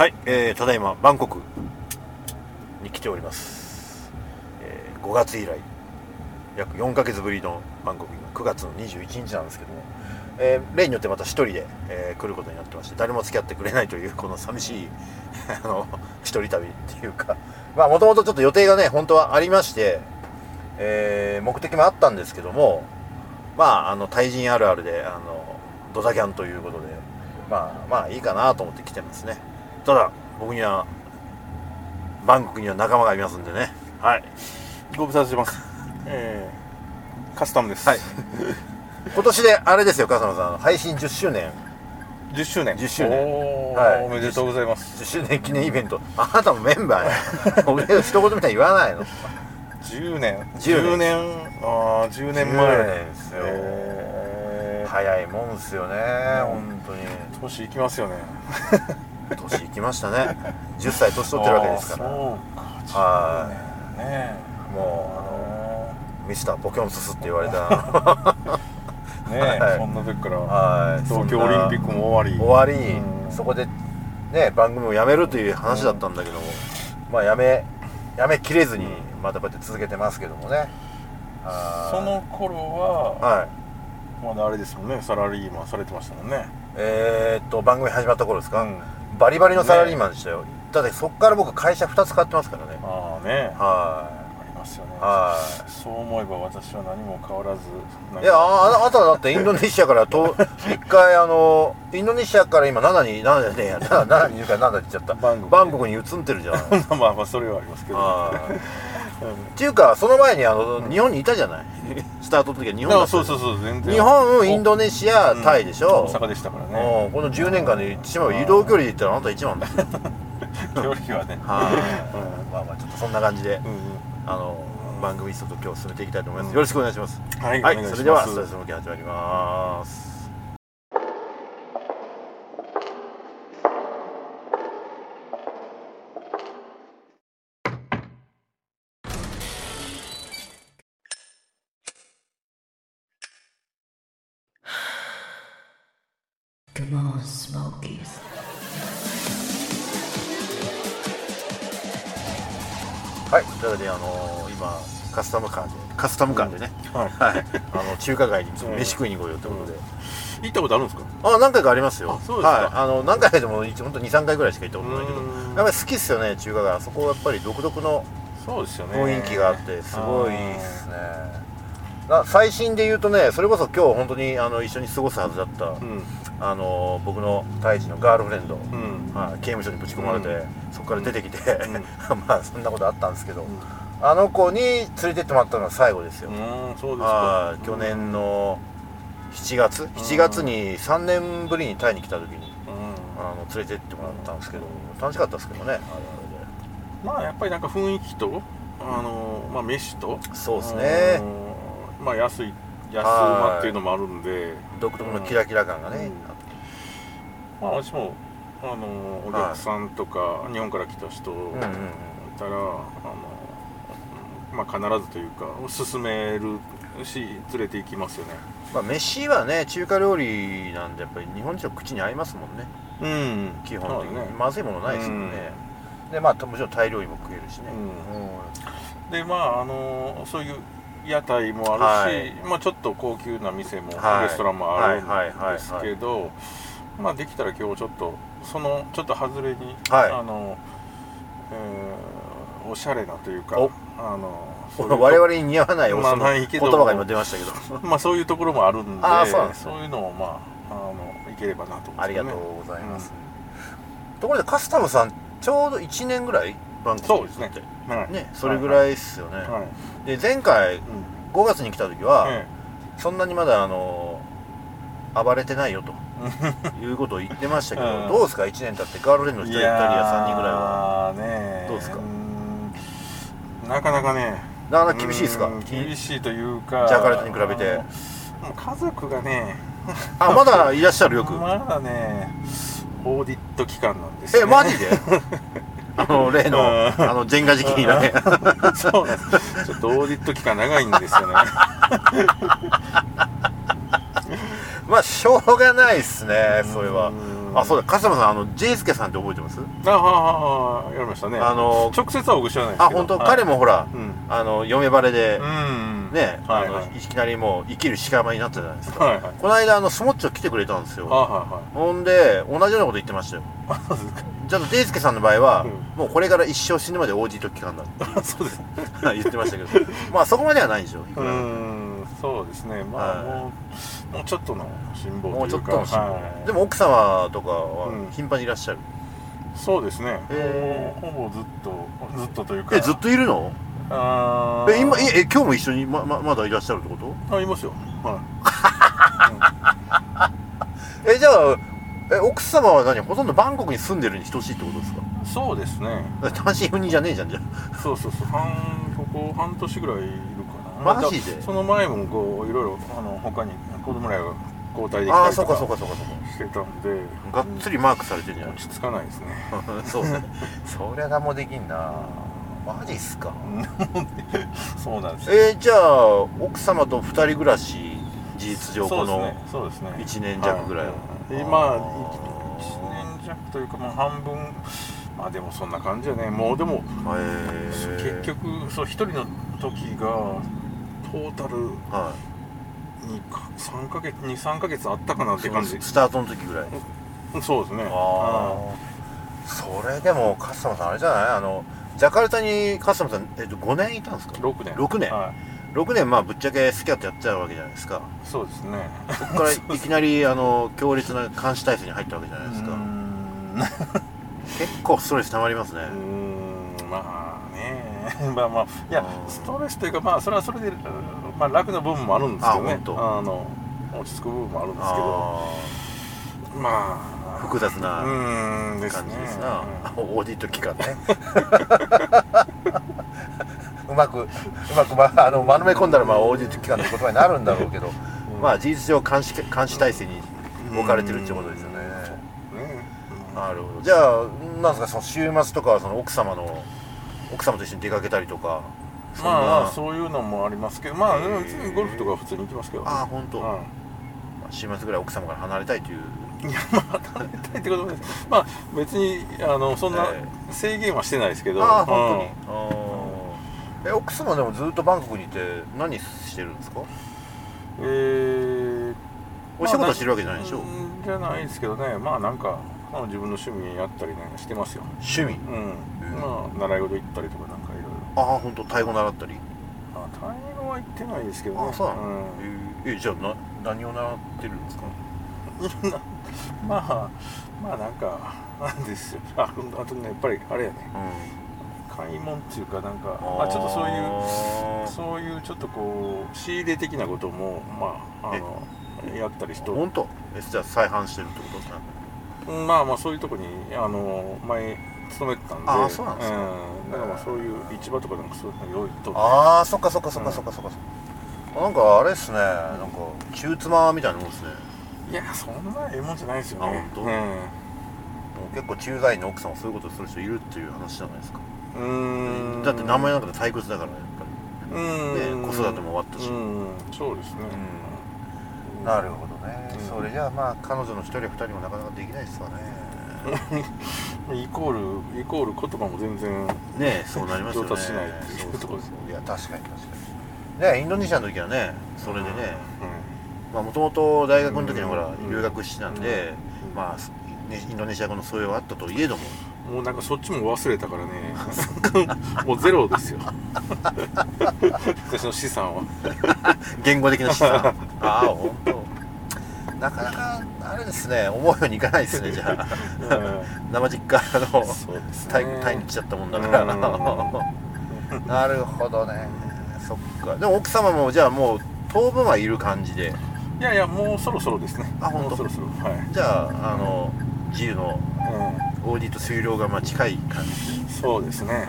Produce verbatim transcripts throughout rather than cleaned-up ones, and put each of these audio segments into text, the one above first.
はい、えー、ただいまバンコクに来ております、えー、ごがつ以来約よんかげつぶりのバンコク、くがつのにじゅういちにちなんですけども、えー、例によってまた一人で、えー、来ることになってまして、誰も付き合ってくれないというこの寂しいあの一人旅っていうか、まあもともとちょっと予定がね本当はありまして、えー、目的もあったんですけども、まああのタイ人あるあるであのドタキャンということで、まあまあいいかなと思って来てますね。ただ僕にはバンコクには仲間がいますんでね。はい、 ご無沙汰してます。えー、カスタムです。 はい今年であれですよ、笠野さん、配信じゅっしゅうねん。 じゅっしゅうねん。 じゅっしゅうねん。 おー、はい、おめでとうございます。 じゅっしゅうねん記念イベント。あなたもメンバーや。俺一言みたいに言わないの。 じゅうねん。 じゅうねん。 じゅうねん。ああ、じゅうねんまえ。 じゅうねんですよ。えー、早いもんですよね、うん、本当に。 年いきますよね。 年いきましたね。じゅっさい年取ってるわけですから。 そうか。 はい。 ね、 もうあのミスターポキョンススって言われた。 ねえ、はい、そんな時から、はい、東京オリンピックも終わり終わり、うん、そこでね番組をやめるという話だったんだけども、うん、まあやめやめきれずにまたこうやって続けてますけどもね。 その頃は、はい、まだあれですもんね、サラリーマンされてましたもんね。 えー、っと番組始まった頃ですか、うん、バリバリのサラリーマンでしたよ、ね、だってそっから僕会社ふたつ買ってますからね。 ああね、 はい、 ますよね。 はい、 そう思えば私は何も変わらず。 いや あ, あなたはだってインドネシアからと一回あのインドネシアから今ななにななでねななにいるからななって言っちゃった。バンコク、バンコクに移ってるじゃないですか。 まあまあそれはありますけど。 っていうかその前にあの、うん、日本にいたじゃない。スタートの時は日本だった。 そうそうそう、全然日本、インドネシア、うん、タイでしょ。 大阪でしたからね。 このじゅうねんかんで言ってしまう移動距離で言ったらあなた一番ですよ。 距離はね。 はい、うん、まあまあちょっとそんな感じで、うん、あの番組ちょっと今日進めていきたいと思います。よろしくお願いします。 はい、 はい、それではスタジオの件始まります。Come on, Smokies。はい、というわけであのー、今カスタムカーでカスタムカーでね、うん、はい、あの中華街に飯食いに来ようということで、 うん、行ったことあるんですか？ あ、何回かありますよ。 あ、そうですか。 はい、あの何回でも本当にさんかいぐらいしか行ったことないけど、やっぱり好きっすよね、中華街。あそこやっぱり独特の雰囲気があってすごいいいっすね。最新で言うとね、それこそ今日本当にあの一緒に過ごすはずだった、うん、あの僕のタイ人のガールフレンド、うん、は刑務所にぶち込まれて、うん、そこから出てきて、うん、まあそんなことあったんですけど、うん、あの子に連れてってもらったのが最後ですよ。 うん、そうですか。 去年のしちがつしちがつにさんねんぶりにタイに来た時に、うん、あの連れてってもらったんですけど、楽しかったですけどね、あれあれで。 まあやっぱりなんか雰囲気とあの、まあ、飯とそうですね、 まあ安い安馬っていうのもあるんで、 独特のキラキラ感がね、うん、 まあ私もあのお客さんとか、はい、日本から来た人いたら、うんうんうん、あのまあ必ずというか勧めるし連れて行きますよね。 まあ飯はね、中華料理なんでやっぱり日本人の口に合いますもんね。うん、基本的に、ね、まずいものないですもんね。うん、でまあもちろんタイ料理も食えるしね。 うん、でまああのそういう屋台もあるし、はい、まあちょっと高級な店も、はい、レストランもあるんですけど、まあできたら今日ちょっとそのちょっと外れに、はい、あの、えー、おしゃれなというか、あの我々に似合わないおその言葉が今出ましたけど、 まあそういうところもあるんで、 あ、そうなんですね、 そういうのをまああのいければなと思いますね。 ありがとうございます。うん、ところでカスタムさんちょうどいちねんぐらいバンコクに行って、そうですね、はい、ね、それぐらいですよね。はいはい、で前回、うん、ごがつに来た時は、ええ、そんなにまだあの暴れてないよということを言ってましたけど、うん、どうですかいちねん経ってガールフレンドのひとりやさんにんぐらいは、ね、どうですか？ なかなかね、 なかなか厳しいですか？ 厳しいというか、 ジャカルタに比べて家族がねあ、まだいらっしゃるよくまだねオーディット期間なんですよね。 え、マジであの例のあのジェンガ時期にねそうなんです。ちょっとオーディット期間長いんですよねまあしょうがないっすね、それは。 あ、そうだ、笠間さん、あのジェイスケさんって覚えてます？ ああ、やりましたね。あの直接は僕知らないですけど。 あ、本当、彼もほら、あの嫁バレでね、あのいきなりもう生きる鹿山になったじゃないですか。この間あのスモッチョ来てくれたんですよ。ほんで同じようなこと言ってましたよ。ちょっとジェイスケさんの場合はもうこれから一生死ぬまで オージー 特期間だってそうです言ってましたけど、まあそこまではないでしょ。うん、 そうですね。まあもうもうちょっとの辛抱というか。もうちょっとの辛抱。 でも奥様とかは頻繁にいらっしゃる？ そうですね。ほぼずっとずっとというか。 え、ずっといるの？あえ今え今日も一緒に ま, ま, まだいらっしゃるってこと？ あ、いますよ。はい 。え、じゃあえ奥様は何、ほとんどバンコクに住んでるに等しいってことですか？ そうですね。 単身赴任じゃねえじゃんじゃあ。 そうそうそう。半ここ半年ぐらいいるかな。 マジで？ その前もこういろいろあの他に子供らが交代できたりとか。 ああ、そうかそうかそうかそうか。 してたんで。 がっつりマークされてるんじゃない？ 落ち着かないですね。 そうね。そりゃ何もできんな。マジっすか？ そうなんです。 えー、じゃあ奥様と二人暮らし、事実上このいちねん弱ぐらいは。 今いちねん弱というか、まあ半分、まあでもそんな感じよね。もうでも結局そう一人の時がトータルにさんかげつにさんかげつあったかなって感じ。 スタートの時ぐらい。 そうですね。 ああ、それでもカスタマさんあれじゃない、あのジャカルタにカスタマさん、えっと、ごねんいたんですか？ ろくねん。 ろくねん、はい、ろくねん、まあぶっちゃけスキャットやっちゃうわけじゃないですか。 そうですね。 そこからいきなりあの強烈な監視体制に入ったわけじゃないですか。結構ストレス溜まりますね。 うーん、まあねまあまあいやストレスというか、まあそれはそれで、まあ、楽な部分もあるんですけどね。ああの落ち着く部分もあるんですけど、まあ複雑な感じですな。オーディット期間ね。うまくうまく、まあ、あの丸め込んだら、まあ、オーディット期間の言葉になるんだろうけど、まあ事実上監視監視体制に置かれてるっていうことですよね。なるほど。じゃあなんですか、その週末とかはその奥様の奥様と一緒に出かけたりとか。 まあそういうのもありますけど、まあゴルフとか普通に行きますけど。 ああ、本当。週末ぐらい奥様から離れたいという。 いや、まあ離れたいってことです。まあ別にあのそんな制限はしてないですけど。 ああ、本当に。え、奥様でもずっとバンコクにいて何してるんですか？えー、お仕事してるわけじゃないでしょ？ じゃないですけどね。まあなんか自分の趣味やったりねしてますよ。 趣味？ うん。まあ習い事行ったりとかなんかいろいろ。ああ、本当。タイ語習ったり？ あ、タイ語は行ってないですけどね。 あ、そうなの。え、じゃあな何を習ってるんですか？ まあまあなんかなんですよ。あ、あとねやっぱりあれやね。買い物っていうかなんか、まあちょっとそういうそういうちょっとこう仕入れ的なこともまああのやったりして。 本当？え、じゃあ再販してるってことですか？ まあまあそういうとこにあの前勤めてたんで。 ああ、そうなんですか。 だからまあそういう市場とかなんかそういうの良いと。 ああ、そっかそっかそっかそっかそっか。なんかあれっすね、なんか中妻みたいなもんですね。 いや、そんなええもんじゃないですよね。 本当。結構駐在員の奥さんはそういうことする人いるっていう話じゃないですか。うーん、だって名前なんかで退屈だからやっぱり。うん。子育ても終わったし。 そうですね。 なるほどね。それじゃあまあ彼女の一人や二人もなかなかできないですわね。 イコールイコール言葉も全然ね、そうなりますよね。 上達しないっていうところです。 いや確かに確かに。ね、インドネシアの時はね、それでね、まあもともと大学の時にほら留学してたんで、まあインドネシア語の素養はあったといえども。 もうなんかそっちも忘れたからねもうゼロですよ私の資産は言語的な資産ああ、本当。なかなかあれですね、思うようにいかないですね。じゃあ生実家のタイタイに来ちゃったもんだからなるほどね。そっか。でも奥様もじゃあもう当分はいる感じで。 いやいや、もうそろそろですね。 あ、本当。 そろそろ。はい。 じゃああの自由のオーディット終了がまあ近い感じ。 そうですね。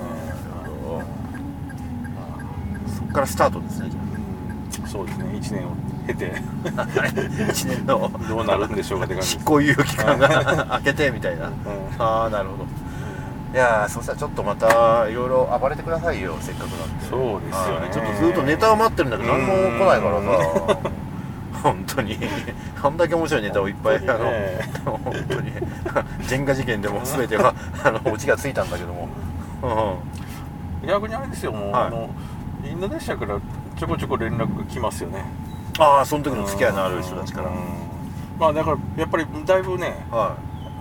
そこからスタートですね。 じゃあそうですね。いちねんを経ていちねんのどうなるんでしょうかって感じです。 執行猶予期間が明けてみたいな。ああ、なるほど。いやー、そしたらちょっとまたいろいろ暴れてくださいよ、せっかくなんで。 そうですよね。 ちょっとずっとネタを待ってるんだけど何も来ないからさ本当にあんだけ面白いネタをいっぱい、ね、あの本当にジェンガ事件でも全てはあのオチがついたんだけども、 うん、逆にあれですよ、もう、はい、あのインドネシアからちょこちょこ連絡が来ますよね。 ああ、その時の付き合いのある人たちから、うん、 まあだからやっぱりだいぶね、 はい、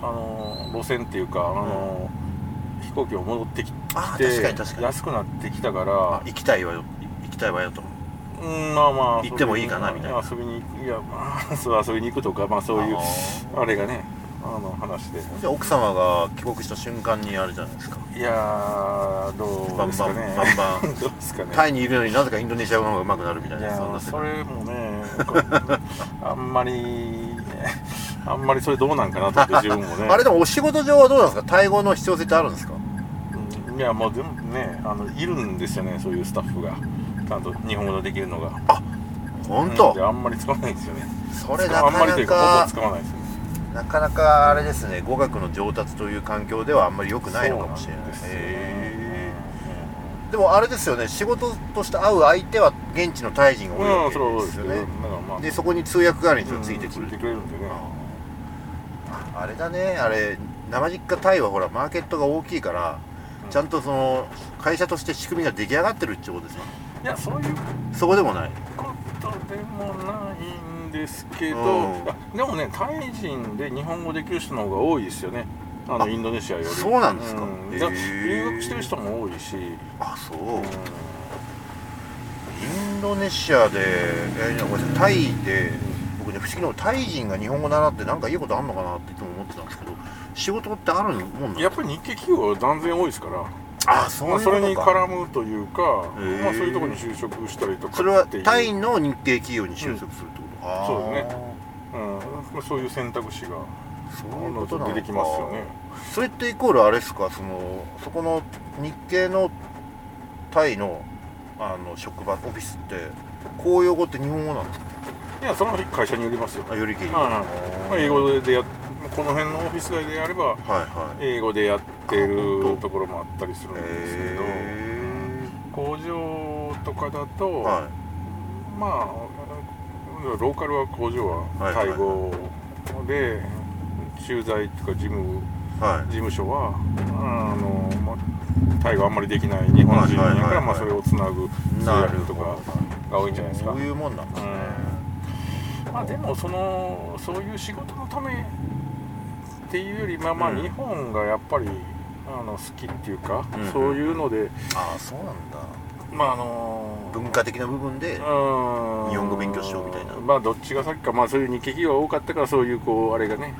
あの路線っていうか、あの、うん、飛行機も戻ってきて安くなってきたから、 行きたいわよ行きたいわよと、 うん、まあまあ行ってもいいかなみたいな、 遊びに行く、いやまあそう遊びに行くとか、まあそういうあれがね、あの話で。 じゃあ奥様が帰国した瞬間にあれじゃないですか。 いやー、どうですかね、 バンバンバンバンどうですかね、 タイにいるのになぜかインドネシア語の方が上手くなるみたいな。 いやそんなそれもねあんまりあんまりそれどうなんかなと思って自分もねあれでもお仕事上はどうなんですか、タイ語の必要性ってあるんですか。 うん、いやもうでもね、あのいるんですよね、そういうスタッフがちゃんと日本語でできるのが。 あ、本当、 うん、あんまり使わないですよね。 それなかなかあんまりというかほぼ使わないですよね。 なかなかあれですね、語学の上達という環境ではあんまり良くないのかもしれないです。へー、でもあれですよね、仕事として会う相手は現地のタイ人が多いわけですよね。うん、でそこに通訳代わりについてくる、うん、 ついてくれるんでね。 あれだね、あれ生実家タイはほらマーケットが大きいから、うん、ちゃんとその会社として仕組みが出来上がってるってことですよね。 いや、そういうそこでもないことでもないんですけど、うん、でもね、タイ人で日本語できる人の方が多いですよね、あのインドネシアより。 そうなんですか。うん、 留学してる人も多いし。 あ、そう、うん、インドネシアで、えー、ごめんなさい、タイで、僕ね不思議なの、タイ人が日本語習ってなんかいいことあんのかなっていつも思ってたんですけど、仕事ってあるもんなんですか。 やっぱり日系企業は断然多いですから。 あ、そういうことか。 まあ、それに絡むというか、まあ、そういうところに就職したりとか。 それはタイの日系企業に就職するってこと、うん、 そうですね、うん、そういう選択肢がそういうことなのか。 出てきますよね。 それってイコールあれですか、そのそこの日系のタイのあの職場オフィスって公用語って日本語なんですか。 いや、その会社によりますよ。 あ、よりけり、 まあ、英語でやこの辺のオフィス街でやれば、はいはい、英語でやってるところもあったりするんですけど、工場とかだと、はい、まあローカルは工場はタイ語で、駐在とか事務、はい、事務所はあの、まあ、タイ語あんまりできない日本人やから、まあ、それをつなぐ通訳とかが多いんじゃないですか。 そういうもんなんですね。 うん、まあでもそのそういう仕事のためっていうより、まあまあ日本がやっぱり、うん、あの好きっていうか、うん、そういうので。 ああ、そうなんだ。 まああのー、 文化的な部分で日本語勉強しようみたいな。 まあどっちが先か、まあそういう日系企業が多かったから、そういうこうあれがね、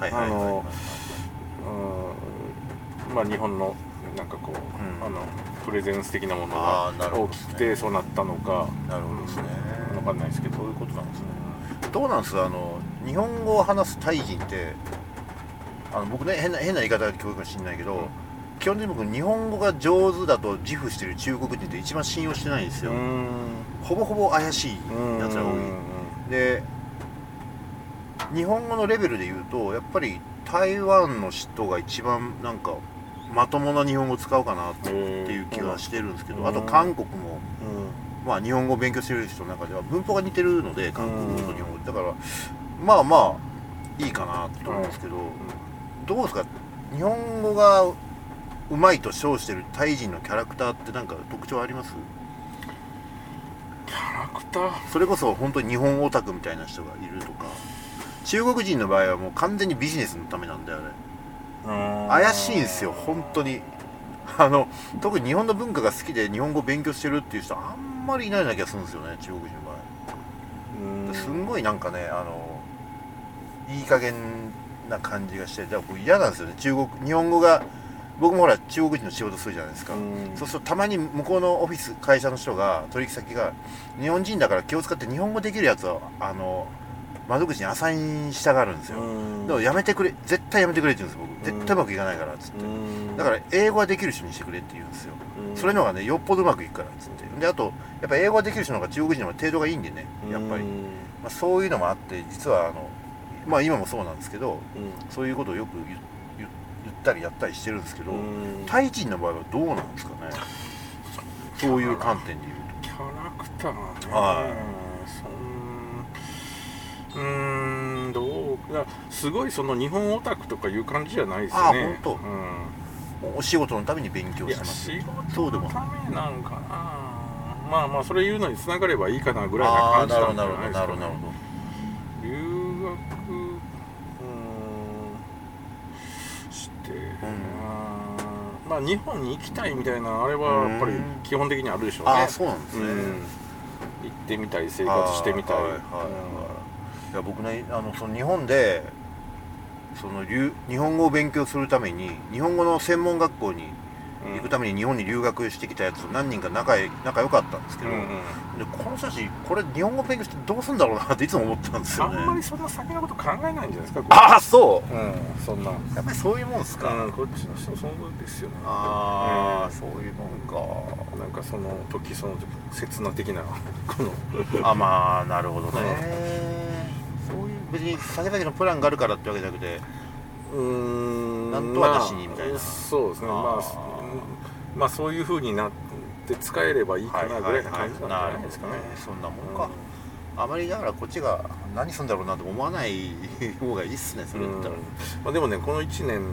まあ日本のなんかこう、うん、あのプレゼンス的なものが大きくてそうなったのか。 なるほどですね。 分かんないですけど、 そういうことなんですね。どうなんですか、あの日本語を話すタイ人って、あの僕ね、変な変な言い方で聞こえるかもしれないけど、うん、基本的に僕日本語が上手だと自負してる中国人って一番信用してないんですよ。ほぼほぼ怪しいやつが多い。で、日本語のレベルで言うとやっぱり台湾の人が一番なんかまともな日本語を使うかなっていう気がしてるんですけど、あと韓国も、まあ日本語を勉強してる人の中では文法が似てるので、韓国語と日本語だからまあまあいいかなと思うんですけど、どうですか、日本語がうまいと称してるタイ人のキャラクターって何か特徴あります？ キャラクター、 それこそ本当に日本オタクみたいな人がいるとか。中国人の場合はもう完全にビジネスのためなんだよね。怪しいんですよ本当に。あの特に日本の文化が好きで日本語を勉強してるっていう人あんまりいないような気がするんですよね、中国人の場合。すんごいなんかね、あのいい加減な感じがして、じゃあ僕嫌なんですよね、中国日本語が。僕もほら中国人の仕事するじゃないですか。そうするとたまに向こうのオフィス会社の人が取引先が日本人だから気を使って日本語できるやつをあの窓口にアサインしたがるんですよ。でもやめてくれ、絶対やめてくれって言うんです僕。絶対うまくいかないからっつって。だから英語はできる人にしてくれって言うんですよ。それの方がねよっぽどうまくいくからっつって。であとやっぱ英語ができる人の方が中国人の方が程度がいいんでね、やっぱり。まあ、そういうのもあって実はあのまあ今もそうなんですけど、そういうことをよく言ったりやったりしてるんですけど、タイ人の場合はどうなんですかね。そういう観点で言うと。 キャラクターね。 はい。 ううーんどういやすごいその日本オタクとかいう感じじゃないですね。 あ本当、 うん、 お仕事のために勉強いやしてます仕事のためなんかな。まあまあそれ言うのに繋がればいいかなぐらいなああ感じなるほどなんじゃないですか、ね、 なるほどなるほど。 留学うーんして、うん、まあ日本に行きたいみたいなあれはやっぱり基本的にあるでしょうね。 ああそうなんですね、うん、 行ってみたい生活してみたい。 はいはいはい、いや僕ねあのその日本でその日本語を勉強するために日本語の専門学校に行くために日本に留学してきたやつ何人か仲仲良かったんですけど、うんうん、でこの人たちこれ日本語勉強してどうするんだろうなっていつも思ってたんですよね。 あんまりそんな先のこと考えないんじゃないですか。 ああそう、 うん、そんなやっぱりそういうもんですか、 うん、こっちの人そうですよね。 ああ、うん、そういうもんか。 なんかその時その時刹那的なこのあまあなるほどね、うん、そういう別に先々のプランがあるからってわけじゃなくてうーんなんと私にみたいな、まあ、 そうですね。まあまあそういう風になって使えればいいかなぐらいな感じなんじゃないですかね。 そんなもんか、うん、あまりだからこっちが何するんだろうなと思わない方がいいっすねそれだったら、うんまあ、でもねこのいちねん、うんうん、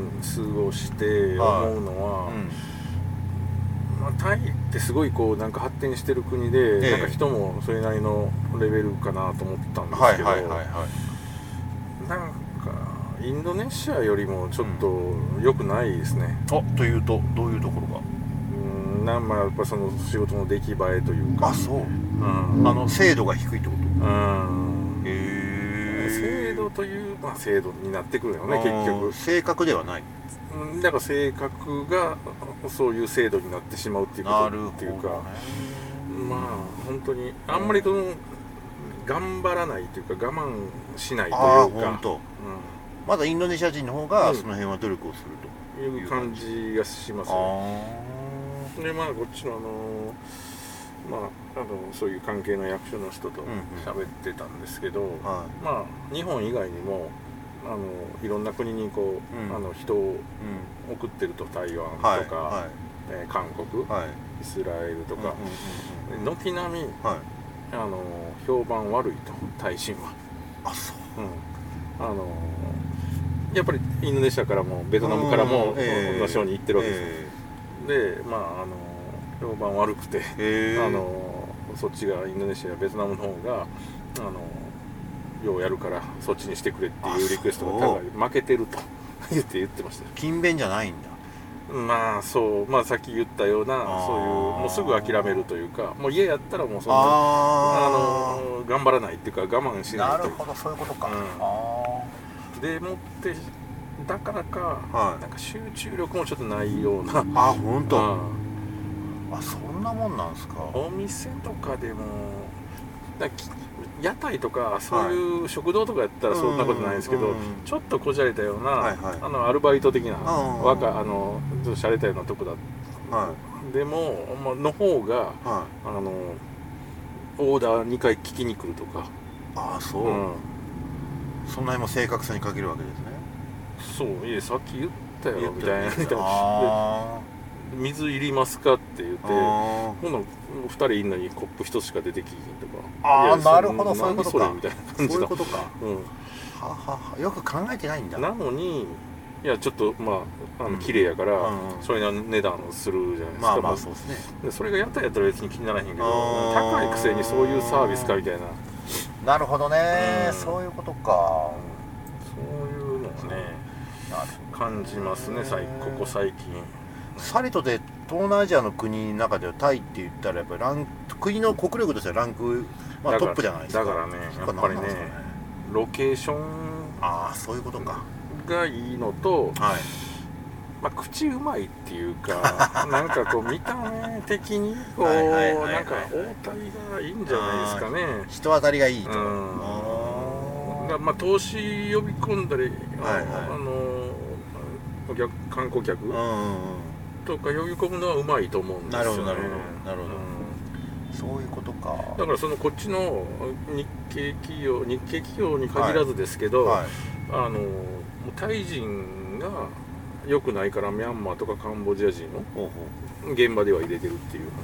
過ごして思うのは、はいうんまあ、タイってすごいこうなんか発展してる国で、ええ、なんか人もそれなりのレベルかなと思ったんですけど、はいはいはいはい、なんかインドネシアよりもちょっと良くないですね、 うん、あというとどういうところがうんなんまあやっぱその仕事の出来栄えというかあそう、うん、あの精度が低いってことうんへえ精度という、まあ、精度になってくるよね結局正確ではないだから性格がそういう制度になってしまうっていうことっていうか、ね、まあ本当にあんまりこの頑張らないというか我慢しないというかあ本当、うん、 まだインドネシア人の方がその辺は努力をするという感じがしますね。でまあこっちのあのまああのそういう関係の役所の人と喋ってたんですけど、うんうん、まあ日本以外にもあのいろんな国にこう、うん、あの人を送ってると台湾とか、はいはいえー、韓国、はい、イスラエルとか軒並み、はい、あの評判悪いと大使はあそう、 うん、あのやっぱりインドネシアからもベトナムからも同じように行ってるわけですよ、えー、でまああの評判悪くて、えー、あのそっちがインドネシアベトナムの方があのようやるからそっちにしてくれっていうリクエストが高い負けてると言って言ってましたよ。 勤勉じゃないんだ。 まあそうまあさっき言ったようなそういうもうすぐ諦めるというかもう家やったらもうそんなあの頑張らないっていうか我慢しないというなるほどそういうことか、うん、 あでもってだからか、はい、なんか集中力もちょっとないようなあ本当、うん、あそんなもんなんですか。 お店とかでもだ屋台とかそういう食堂とかやったらそんなことないんですけど、はい、ちょっとこじゃれたような、はいはい、あのアルバイト的な若あのちょっと洒落たようなとこだ、はい、でも、まあの方が、はい、あのオーダーにかい聞きに来るとかああそう、うん、そんなにも正確さに欠けるわけですね。そういえさっき言ったよみたいなみたいな水いりますかって言って今度ふたりいるのにコップひとつしか出てきひんとかああなるほどそういうことかみたいな感じだそういうことか、うん、はははよく考えてないんだ。 なのにいやちょっとまああの綺麗やから、うん、それな値段をするじゃないですか。 まあまあそうですね。 でそれが屋台やったら別に気にならへんけど高いくせにそういうサービスかみたいな。 なるほどね、うん、そういうことか。 そういうのをね感じますねここ最近。 さりとで東南アジアの国の中ではタイって言ったらやっぱりラン国の国力としてはランク、まあ、トップじゃないですか。 だからねやっぱりねロケーションああそういうことかがいいのと、はいまあ、口うまいっていうかなんかこう見た目的にこうなんか応対がいいんじゃないですかね。 人当たりがいいと、うんあまあ投資呼び込んだり、はいはい、あのお客観光客、うんうんうんとか呼び込むのはうまいと思うんですよね。なるほどなるほどなるほど、うん、そういうことか。 だからそのこっちの日系企業日系企業に限らずですけど、はいはい、あのタイ人が良くないからミャンマーとかカンボジア人の現場では入れてるっていう話です。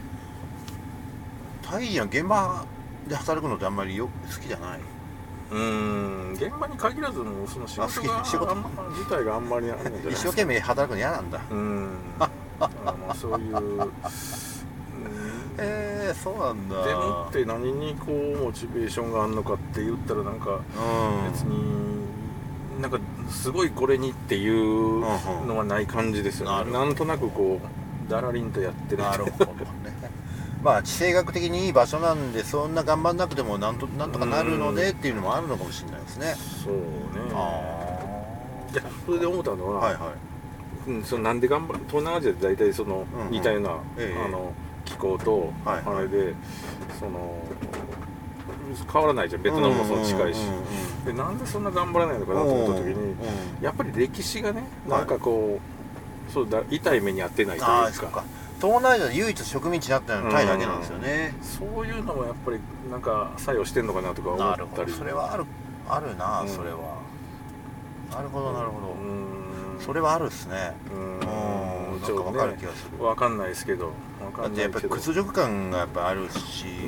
ああそう、うん、へえタイ人は現場で働くのってあんまりよ好きじゃない。 うーん現場に限らずもその仕事が仕事あんま自体があんまりあるんじゃないですか。 一生懸命働くの嫌なんだ。 うんあまあそういう、うん、 えー、そうなんだ。 でもって何にこうモチベーションがあるのかって言ったらなんか、うん、別になんかすごいこれにっていうのはない感じですよね、うんうん、なんとなくこうだらりんとやってる。 なるほどねまあ地政学的にいい場所なんでそんな頑張んなくてもなんとなんとかなるのでっていうのもあるのかもしれないですね。 そうね。あいやそれで思ったのは、はいはい、うん、そのなんで頑張る東南アジアで大体その似たような、うんうんええ、あの気候とあれで、はいはい、その変わらないじゃん。ベトナムもその近いし、でなんでそんな頑張らないのかなと思った時にやっぱり歴史がねなんかこう、はい、そうだ痛い目に遭ってないというか。 そうか東南アジアで唯一植民地になったのはタイだけなんですよね、 うん、そういうのもやっぱりなんか作用してんのかなとか思ったり。なるほどそれはあるあるな、うん、それはなるほどなるほど、うん、それはあるっすね。うんなんか分かる気がする。 分かんないですけどだってやっぱり屈辱感がやっぱあるし、うん、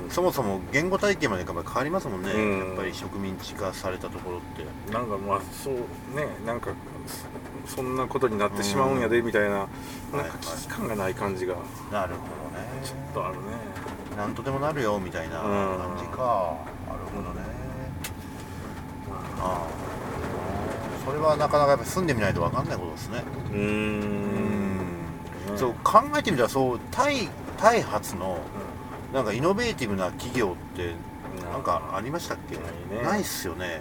そもそも言語体系まで変わりますもんね、うん、やっぱり植民地化されたところってなんかまあそうねなんかそんなことになってしまうんやでみたいな、うん、なんか危機感がない感じが、 なるほどねちょっとあるね。 なんとでもなるよみたいな感じか、うん、なるほどね、うん、ああそれはなかなかやっぱ住んでみないと分かんないことですね。うーんそう考えてみたらそうタイ、タイ発のなんかイノベーティブな企業ってなんかありましたっけ？ないね。ないっすよね。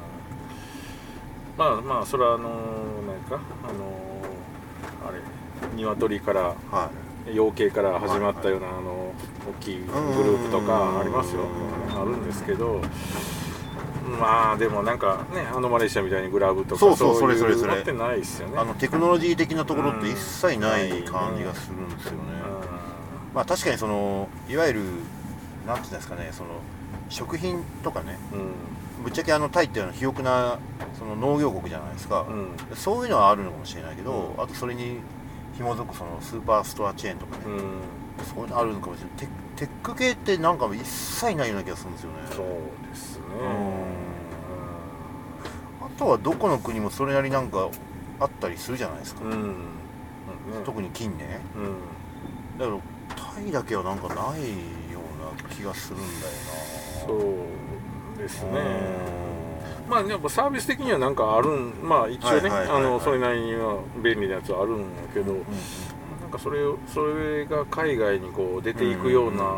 まあまあそれはあの何かあのあれ鶏から、はい、養鶏から始まったような、はいはい、あの大きいグループとかありますよ。あるんですけど。まあでもなんかねあのマレーシアみたいにグラブとかそうそうそれそれそれってないですよね。 あのテクノロジー的なところって一切ない感じがするんですよね。まあ確かにそのいわゆるなんていうんですかねその食品とかね、うん、ぶっちゃけあのタイっていうのは肥沃なその農業国じゃないですか、うん、そういうのはあるのかもしれないけど、うん、あとそれに紐づくそのスーパーストアチェーンとかね、うん、そういうのあるのかもしれない。テ, テック系ってなんか一切ないような気がするんですよね。 そうですね。 あとはどこの国もそれなりなんかあったりするじゃないですか、うんうん、特に近年、うん、だからタイだけはなんかないような気がするんだよな。 そうですね。まあやっぱサービス的にはなんかあるんまあ一応ねそれなりには便利なやつはあるんやけど、うんうんうん、なんかそれをそれが海外にこう出ていくような、うんうんうん、あの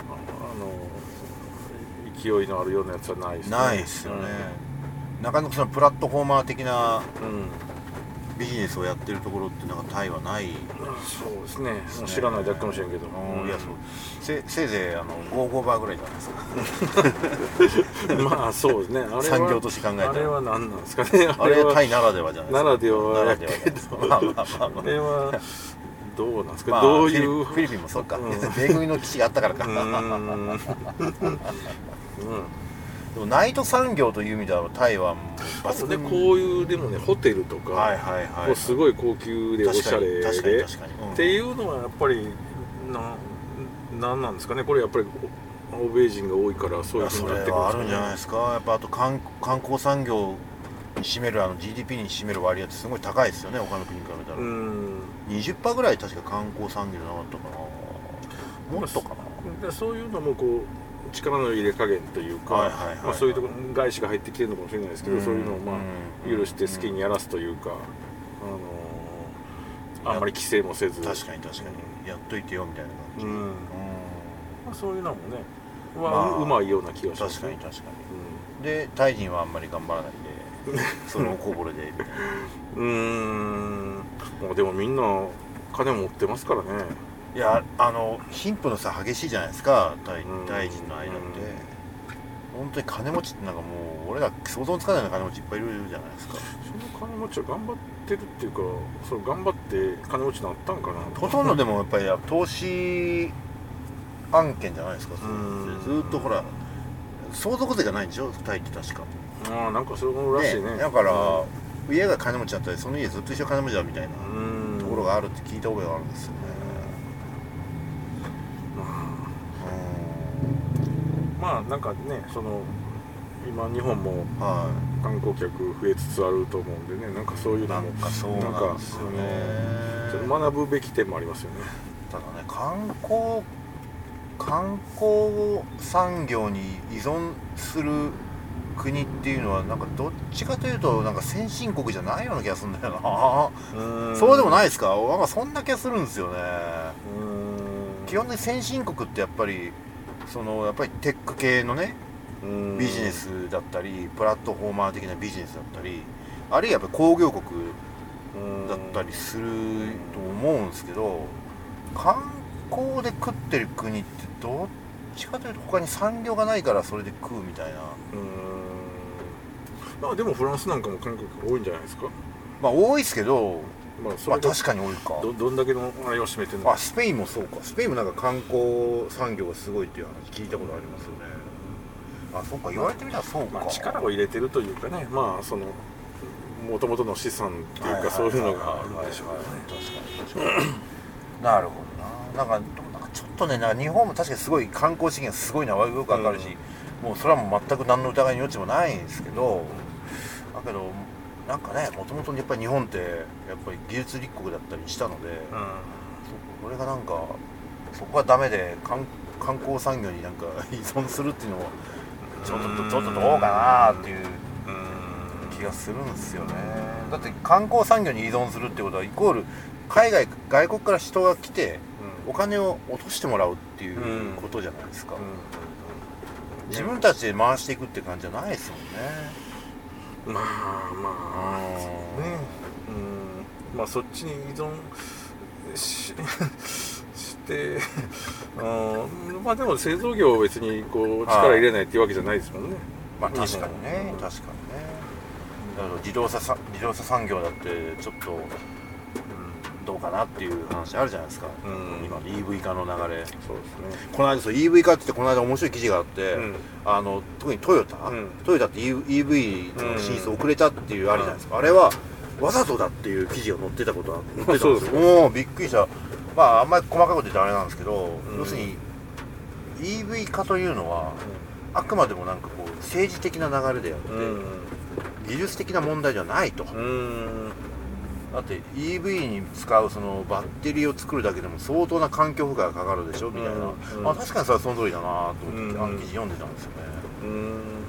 勢いのあるようなやつはないですね。 ないですよね、うん、なかなかそのプラットフォーマー的なビジネスをやってるところってなんかタイはない、うん、 そうですね。もう知らないだけかもしれんけど、 うん、いやそうせ, せいぜいあのゴーゴーバーぐらいじゃないですかまあそうですね。あれは産業として考えたらあれは何なんですかね。 あれはタイならではじゃないですか。 ならではやけどまあまあまあ、まあ、あれはどうなんですか、まあ、どういうフィリピンもそうか、うん、米軍の基地があったからかうんでもナイト産業という意味ではタイはもう抜群でこういうでもねホテルとか、はいはいはいはい、すごい高級でおしゃれでっていうのはやっぱりななんなんですかね。これやっぱり欧米人が多いからそういうふうになってくるんですかね。それはあるんじゃないですか。 やっぱあと 観, 観光産業に占めるあの ジーディーピー に占める割合ってすごい高いですよね。他の国に比べたらうん にじゅっパーセント ぐらい確か観光産業じゃなかったかな。もっとかな。そういうのもこう力の入れ加減というかそういうところ外資が入ってきてるのかもしれないですけど、うん、そういうのをまあ許して好きにやらすというか、うんあのー、あんまり規制もせず確かに確かにやっといてよみたいな感じ、うんうんまあ、そういうのもねは、まあ、うまいような気がします、 ね、確かに確かに、うん、でタイ人はあんまり頑張らないでそのおこぼれでみたいなうーんまあでもみんな金持ってますからね。 いやあの貧富の差激しいじゃないですかタイ、タイ人の間って、うん、本当に金持ちってなんかもう俺ら想像つかないような金持ちいっぱいいるじゃないですか。 その金持ちは頑張ってるっていうかそう頑張って金持ちになったんかな。 ほとんどでもやっぱり投資案件じゃないですか。それずっとほら相続税がないんでしょタイって確か。 ああなんかそうらしいね。 ねだから、うん、家が金持ちだったりその家ずっと一緒金持ちだみたいなところがあるって聞いた覚えがあるんですよね。 まあなんかねその今日本も観光客増えつつあると思うんでね、なんかそういうのもなんかそうなんですよね。 ちょっと学ぶべき点もありますよね。 ただね、観光観光産業に依存する国っていうのはなんかどっちかというとなんか先進国じゃないような気がするんだよな。うんそうでもないですか。なんかそんな気がするんですよね。うん基本的に先進国ってやっぱりそのやっぱりテック系のねビジネスだったりプラットフォーマー的なビジネスだったりあるいはやっぱり工業国だったりすると思うんですけど、観光で食ってる国ってどっちかというと他に産業がないからそれで食うみたいな。 まあでもフランスなんかも観光客多いんじゃないですか。 まあ多いですけど、まあ、それまあ確かに多いか。 ど, どんだけのあれを占めてるのか。 あスペインもそうか。スペインもなんか観光産業がすごいっていう話聞いたことありますよね。あそうか言われてみたらそうか、 まあ、力を入れてるというかね、まあそのもともとの資産っていうかそういうのがあるんでしょうね。 確かになるほどな。なんかちょっとねなんか日本も確かにすごい観光資源がすごいのはよくわかるし、うん、もうそれはもう全く何の疑いの余地もないんですけど、だけどなんかねもともとやっぱり日本ってやっぱり技術立国だったりしたので、うん、それがなんかそこがダメで 観, 観光産業になんか依存するっていうのもちょっとちょっとどうかなっていう気がするんですよね。だって観光産業に依存するってことはイコール海外外国から人が来てお金を落としてもらうっていうことじゃないですか。自分たちで回していくって感じじゃないですもんね。まあまあね、うんまあそっちに依存ししてうんまあでも製造業を別にこう力入れないっていうわけじゃないですもんね。 まあ確かにね、確かにね。だから自動車さ自動車産業だってちょっと、うん、どうかなっていう話あるじゃないですか。うん、今の イーブイ 化の流れ。そうですね。この間そう イーブイ 化って言ってこの間面白い記事があって、うん、あの特にトヨタ、うん、トヨタって イーブイ の進出遅れたっていうあるじゃないですか。あれはわざとだっていう記事が載ってたことは載ってたんですよ。もうびっくりした。まああんまり細かいこと言ってあれなんですけど、うん、要するに イーブイ 化というのは、うん、あくまでもなんかこう政治的な流れであって、うん、技術的な問題じゃないと。うん、だって イーブイ に使うそのバッテリーを作るだけでも相当な環境負荷がかかるでしょみたいな、うん、まあ、確かにそれはその通りだなと思って、うん、あの記事読んでたんですよね。うん、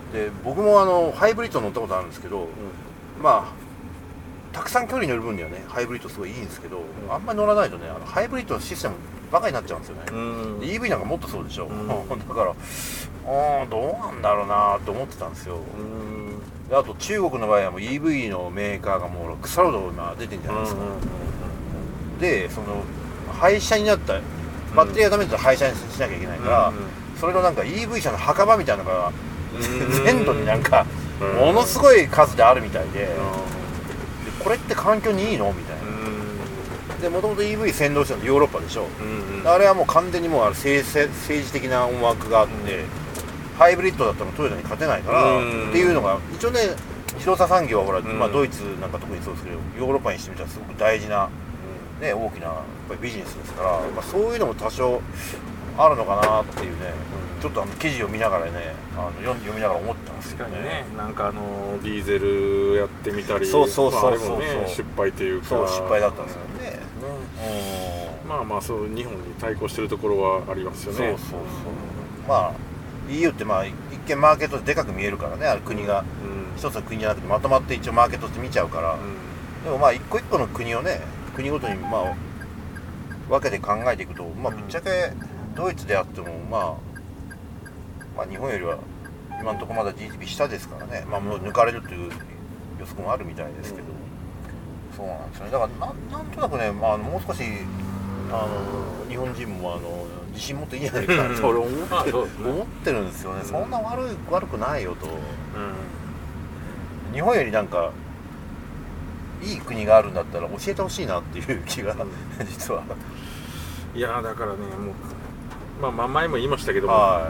で僕もあのハイブリッド乗ったことあるんですけど、うん、まあたくさん距離乗る分にはねハイブリッドすごいいいんですけど、うん、あんまり乗らないとねあのハイブリッドのシステムバカになっちゃうんですよね。うん、イーブイ なんかもっとそうでしょ、うん、だからあどうなんだろうなと思ってたんですよ。うんであと中国の場合はもう イーブイ のメーカーがもう腐るほど今出てるんじゃないですか。うん、でその廃車になったバッテリーがダメだったら廃車にしなきゃいけないから、うん、それのなんか イーブイ 車の墓場みたいなのが、うん、全土になんかものすごい数であるみたいで、うん、これって環境にいいのみたいな。でもともと イーブイ 先導したのヨーロッパでしょ、うんうん、あれはもう完全にもうあれ 政, 政治的な思惑があって、うん、ハイブリッドだったらトヨタに勝てないから、うん、っていうのが一応ね自動車産業はほら、うんまあ、ドイツなんか特にそうですけどヨーロッパにしてみたらすごく大事な、うんね、大きなやっぱりビジネスですから、まあ、そういうのも多少あるのかなっていうね、うん、ちょっとあの記事を見ながらねあの 読, 読みながら思ってたんですよね。 確かにねなんかあのディーゼルやってみたりそうそうそうそう、 まあ、あれもね失敗というかそう失敗だったんですよね。 うん、まあまあそう日本に対抗してるところはありますよね。 そうそうそうまあ イーユー ってまあ一見マーケットででかく見えるからねあれ国が、うん、一つの国じゃなくてまとまって一応マーケットって見ちゃうから、うん、でもまあ一個一個の国をね国ごとにまあ分けて考えていくとまあぶっちゃけドイツであっても、まあ、まあ日本よりは今のところまだ ジーディーピー 下ですからね、まあ、もう抜かれるという予測もあるみたいですけど、うん、そうなんですよね。だからな ん, なんとなくね、まあ、もう少しあの日本人もあの自信持っていいんじゃないかなと俺思ってる、思ってるんですよね、うん、そんな 悪, い悪くないよと、うん、日本よりなんかいい国があるんだったら教えてほしいなっていう気が実はいやだからねもうまあ、まあ前も言いましたけども、はい、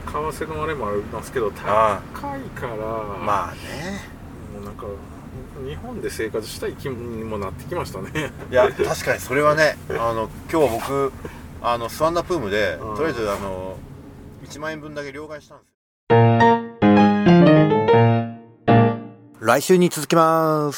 為替のあれもありますけど高いからまあねもうなんか日本で生活したい気にもなってきましたね。 いや確かにそれはねあの今日僕あのスワンナプームで、うん、とりあえずあのいちまんえんぶんだけ両替したんですよ。来週に続きます。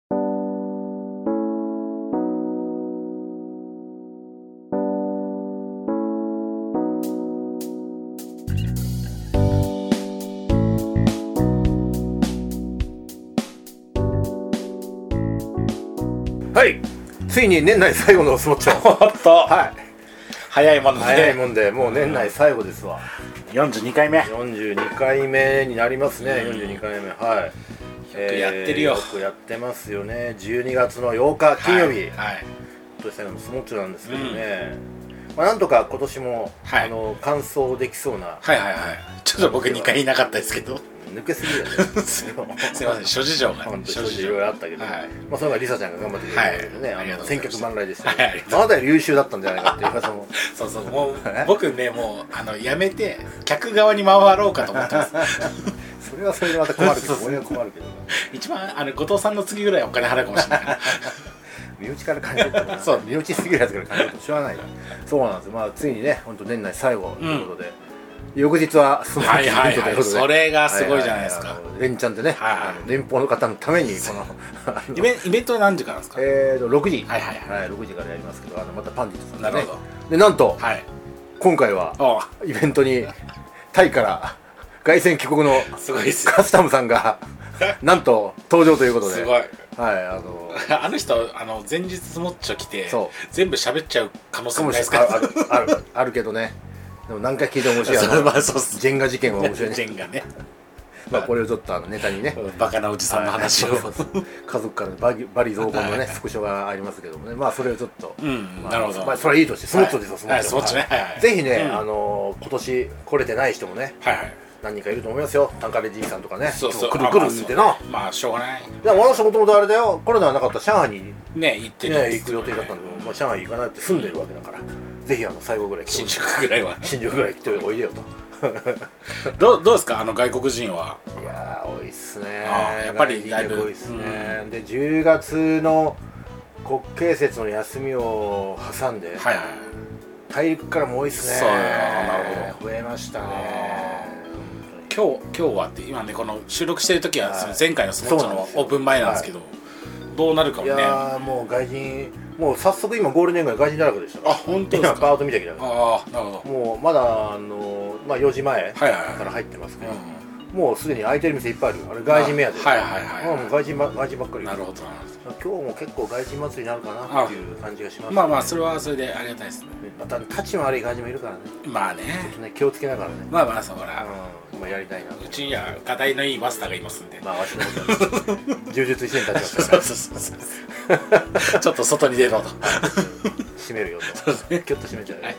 はい、ついに年内最後のスモッチョ。 おっと、 はい、 早いもんで、ね、 早いもんで、もう年内最後ですわ。 よんじゅうにかいめ。 よんじゅうにかいめになりますね。よんじゅうにかいめ、はい。 よくやってるよ。 えー、よくやってますよね。じゅうにがつのようか金曜日。 はい。はい、 今年最後のスモッチョなんですけどね。うん、まあなんとか今年も、はい、あの完走できそうな。 はいはいはい。ちょっと僕にかいいなかったですけど。 抜けすぎるよね。 すいません、諸事情がね、 諸事情いろいろあったけど、まあそれはリサちゃんが頑張ってくれたけどね、あの千客万来でしたね。まだ優秀だったんじゃないかっていう噂も。 そうそう、もう僕ね、もうあのやめて客側に回ろうかと思ってます。 それはそれでまた困るけど、俺は困るけど。 一番あの後藤さんの次ぐらいお金払うかもしれない。 身内から金取ったら、そう身内すぎるやつから金取ってしょうがない。そうなんですよ。まあついにね、本当年内最後ということで。翌日はスモッチイベントということで、 それがすごいじゃないですか。 連チャンでね、連邦の方のためにこのイベイベントは何時からですか？ えーとろくじ、 はいはいはい、 ろくじからやりますけど、あのまたパンディットさんがね。なるほど。 でなんと今回はイベントにタイから凱旋帰国のカスタムさんがなんと登場ということで、 すごい。 はい、あのあの人あの前日スモッチョ来て全部喋っちゃう可能性もないですか？ あるあるあるけどね。でも何回聞いても面白いな。まあそうっす。ジェンガ事件は面白いね。 ジェンガね。 まあこれをちょっとあのネタにね。 バカなおじさんの話を。 家族からバリバリ増言のねスクショがありますけどもね。まあそれをちょっと。 うん。なるほど。 まあそれはいいとしてスモッチョですよスモッチョ。 スモッチね。 ぜひねあの今年来れてない人もね。はいはい。何人かいると思いますよ。タンカレじいさんとかね。 そうそう。 来る来るってな。 まあしょうがない。 でも私もともとあれだよ。コロナがなかったら上海にね行ってね行く予定だったんだけど、まあ上海行かないって住んでるわけだから。ぜひあの最後ぐらい新宿ぐらいは新宿ぐらい来ておいでよと。 どうどうですかあの外国人は？ いやー多いっすね。 やっぱりだいぶ多いっすね。でじゅうがつの国慶節の休みを挟んで、はいはい、大陸からも多いっすね。 そう、なるほど。増えましたね。 今日今日はって今ねこの収録してる時は前回のスポーツのオープン前なんですけど、どうなるかもね。いやーもう外人もう早速今ゴールデン街外人だらけでした。 あ本当ですか？ 今パート見たけど。 ああなるほど。 もうまだあのまあよじまえから入ってますけど、もうすでに空いてる店いっぱいあるよ。あれ外人目当て。 はいはいはい。 もう外人ば外人ばっかり。 なるほど。 今日も結構外人祭りになるかなっていう感じがします。 まあまあそれはそれでありがたいですね。 また立ち回り外人もいるからね。 まあね。 ちょっとね気をつけながらね。 まあまあそら。 まあやりたいな。 うちには課題のいいマスターがいますんで。 まあわしのことは柔術一年経ちますから。 そうそうそうそう。ちょっと外に出ろと。 閉めるよと。キュッと閉めちゃう。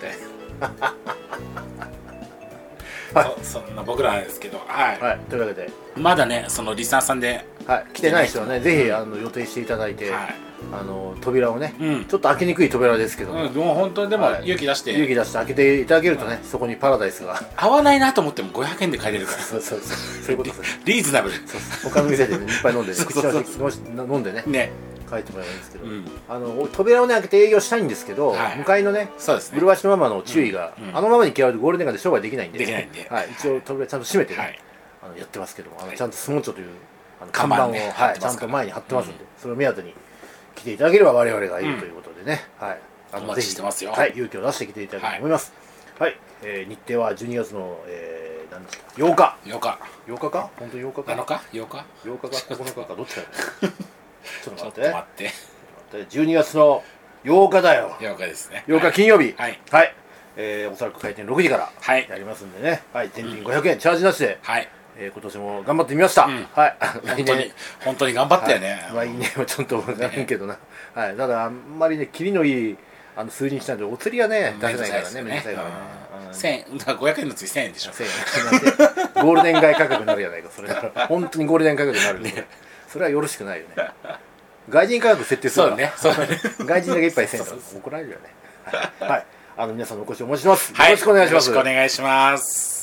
はい、そ, そんな僕らなんですけど、はい、 はい、というわけでまだねそのリスナーさんで、 はい、来てない人はねぜひあの予定していただいて、はい、あの扉をね、うん、ちょっと開けにくい扉ですけども、 うん、もう本当にでも勇気出して、 はい、勇気出して開けていただけるとね、うん、そこにパラダイスが合わないなと思ってもごひゃくえんで買えれるからそうそうそうそういうことですねリーズナブルそうそう他の店で、ね、いっぱい飲んで、ね、口出し飲んでねね書いてもらえばいいんですけど、うん、あの扉をね開けて営業したいんですけど、はい、向かいのねブルワシのママの注意が、うんうん、あのままに嫌われるとゴールデン街で商売できないんでできないんで、 はい、一応扉ちゃんと閉めてね、はい、あのやってますけどもあのちゃんとスモッチョというあの看板を、ねはい、ちゃんと前に貼ってますんで、うん、それを目当てに来ていただければ我々がいるということでね、うん、はい、 あのお待ちしてますよ、 はい、勇気を出してきていただきたいと思います。はい、はい、えー、日程はじゅうにがつの、えー、何ですかようかようかようかか本当にようかかなのかようかようかかここのかかどっちかちょっと待って待ってじゅうにがつのようかだよようかですねようか金曜日はい、 はいえー、おそらく開店ろくじからやりますんでね、はい、全品ごひゃくえん、うん、チャージなしで、はいえー、今年も頑張ってみました、うん、はい本当に本当に頑張ったよね、 はい、来年はちょっと分からんけどな、ねはい、ただあんまりねキリのいいあの数字にしたんでお釣りはね出せないからねめんどくさいからねせんえんだからごひゃくえんの次せんえんでしょせんえんゴールデン街価格になるじゃないかそれ本当にゴールデン価格になるんで、ね、それはよろしくないよね外人価格設定するそうねそうね外人だけ一杯せんえんだ怒られるよねはい、はい、あの皆さんのお越しをお待ちしてます、 はい、 よろしくお願いしますよろしくお願いします。